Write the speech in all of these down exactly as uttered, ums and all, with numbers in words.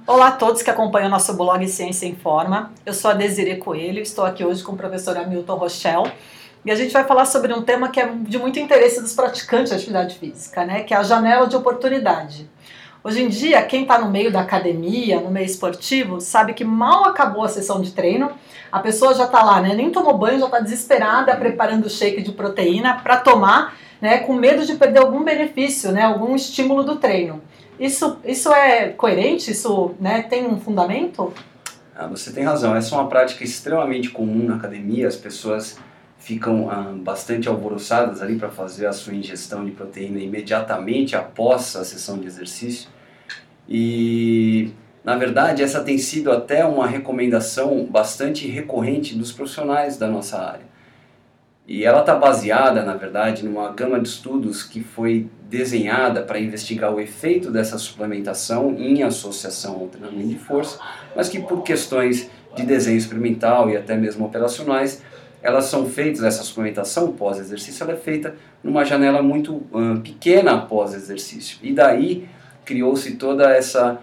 Olá a todos que acompanham o nosso blog Ciência em Forma. Eu sou a Desiree Coelho, estou aqui hoje com o professor Hamilton Rochel e a gente vai falar sobre um tema que é de muito interesse dos praticantes de atividade física, né? Que é a janela de oportunidade. Hoje em dia, quem está no meio da academia, no meio esportivo, sabe que mal acabou a sessão de treino, a pessoa já está lá, né? Nem tomou banho, já está desesperada preparando o shake de proteína para tomar, né? Com medo de perder algum benefício, né? Algum estímulo do treino. Isso, isso é coerente? Isso, né, tem um fundamento? Ah, você tem razão. Essa é uma prática extremamente comum na academia. As pessoas ficam ah, bastante alvoroçadas ali para fazer a sua ingestão de proteína imediatamente após a sessão de exercício. E, na verdade, essa tem sido até uma recomendação bastante recorrente dos profissionais da nossa área. E ela está baseada, na verdade, numa gama de estudos que foi desenhada para investigar o efeito dessa suplementação em associação ao treinamento de força, mas que por questões de desenho experimental e até mesmo operacionais, elas são feitas, essa suplementação pós-exercício, ela é feita numa janela muito hum, pequena após exercício. E daí criou-se toda essa,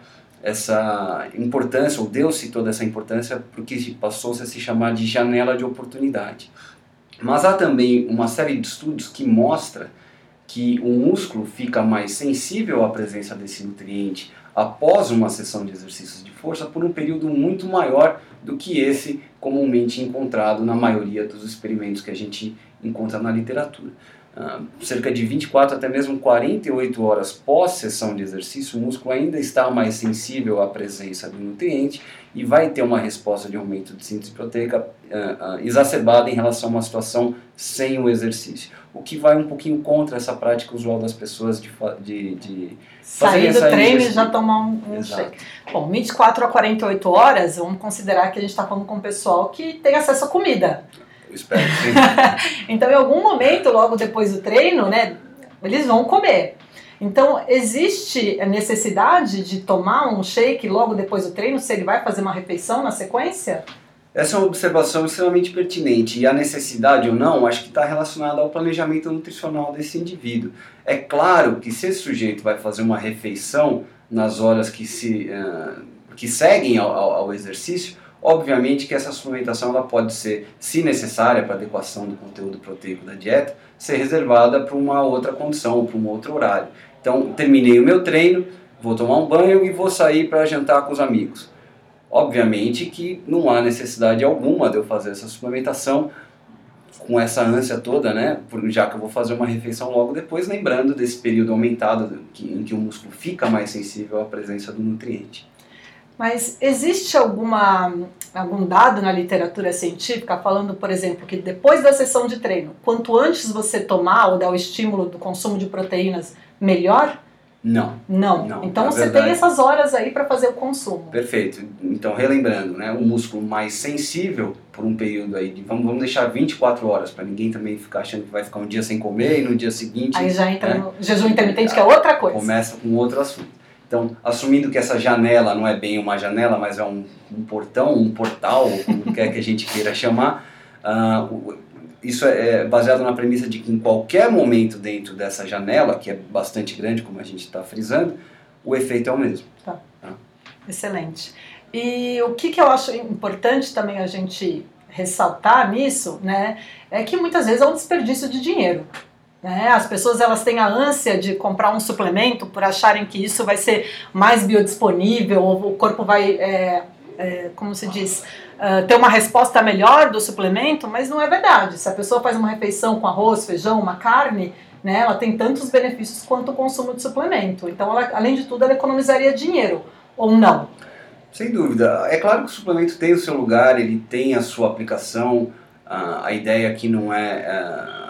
essa importância, ou deu-se toda essa importância, porque passou-se a se chamar de janela de oportunidade. Mas há também uma série de estudos que mostra que o músculo fica mais sensível à presença desse nutriente após uma sessão de exercícios de força por um período muito maior do que esse comumente encontrado na maioria dos experimentos que a gente encontra na literatura. Uh, cerca de vinte e quatro até mesmo quarenta e oito horas pós-sessão de exercício, o músculo ainda está mais sensível à presença do nutriente e vai ter uma resposta de aumento de síntese proteica uh, uh, exacerbada em relação a uma situação sem o exercício. O que vai um pouquinho contra essa prática usual das pessoas de, de, de sair do treino e já tomar um, um shake. Bom, vinte e quatro a quarenta e oito horas, vamos considerar que a gente está falando com o pessoal que tem acesso à comida. Eu espero que sim. Então, em algum momento, logo depois do treino, né, eles vão comer. Então, existe a necessidade de tomar um shake logo depois do treino, se ele vai fazer uma refeição na sequência? Essa é uma observação extremamente pertinente, e a necessidade ou não, acho que está relacionada ao planejamento nutricional desse indivíduo. É claro que se esse sujeito vai fazer uma refeição nas horas que, se, uh, que seguem ao, ao exercício, obviamente que essa suplementação ela pode ser, se necessária para adequação do conteúdo proteico da dieta, ser reservada para uma outra condição, para um outro horário. Então, terminei o meu treino, vou tomar um banho e vou sair para jantar com os amigos. Obviamente que não há necessidade alguma de eu fazer essa suplementação com essa ânsia toda, né? Já que eu vou fazer uma refeição logo depois, lembrando desse período aumentado em que o músculo fica mais sensível à presença do nutriente. Mas existe alguma, algum dado na literatura científica falando, por exemplo, que depois da sessão de treino, quanto antes você tomar ou dar o estímulo do consumo de proteínas, melhor? Não. Não. não então você verdade, tem essas horas aí para fazer o consumo. Perfeito. Então, relembrando, né, o músculo mais sensível por um período aí, de, vamos, vamos deixar vinte e quatro horas, para ninguém também ficar achando que vai ficar um dia sem comer e no dia seguinte... Aí já entra, né, no jejum intermitente, é, que é outra coisa. Começa com outro assunto. Então, assumindo que essa janela não é bem uma janela, mas é um, um portão, um portal, como quer que a gente queira chamar, uh, isso é baseado na premissa de que em qualquer momento dentro dessa janela, que é bastante grande, como a gente está frisando, o efeito é o mesmo. Tá. Tá? Excelente. E o que, que eu acho importante também a gente ressaltar nisso, né, é que muitas vezes é um desperdício de dinheiro. É, as pessoas elas têm a ânsia de comprar um suplemento por acharem que isso vai ser mais biodisponível, ou o corpo vai, é, é, como se diz, uh, ter uma resposta melhor do suplemento, mas não é verdade. Se a pessoa faz uma refeição com arroz, feijão, uma carne, né, ela tem tantos benefícios quanto o consumo de suplemento. Então, ela, além de tudo, ela economizaria dinheiro, ou não? Sem dúvida. É claro que o suplemento tem o seu lugar, ele tem a sua aplicação, uh, a ideia aqui não é... Uh,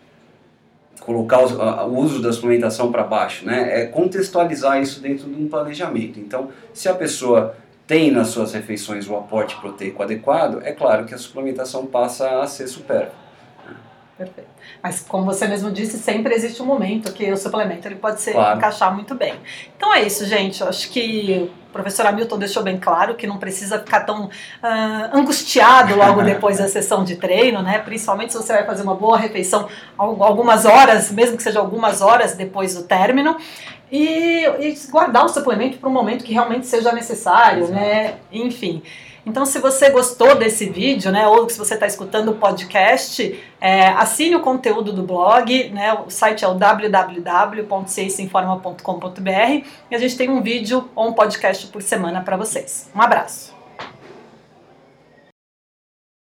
colocar o uso da suplementação para baixo, né? É contextualizar isso dentro de um planejamento. Então, se a pessoa tem nas suas refeições o aporte proteico adequado, é claro que a suplementação passa a ser supérflua. Perfeito. Mas como você mesmo disse, sempre existe um momento que o suplemento ele pode se claro. encaixar muito bem. Então é isso, gente. Eu acho que o professor Hamilton deixou bem claro que não precisa ficar tão uh, angustiado logo depois da sessão de treino, né? Principalmente se você vai fazer uma boa refeição algumas horas, mesmo que seja algumas horas depois do término. e, e guardar o suplemento para um momento que realmente seja necessário, Exato. né? Enfim. Então, se você gostou desse vídeo, né, ou se você está escutando o podcast, é, assine o conteúdo do blog, né, o site é o w w w ponto ciência informa ponto com ponto b r e a gente tem um vídeo ou um podcast por semana para vocês. Um abraço!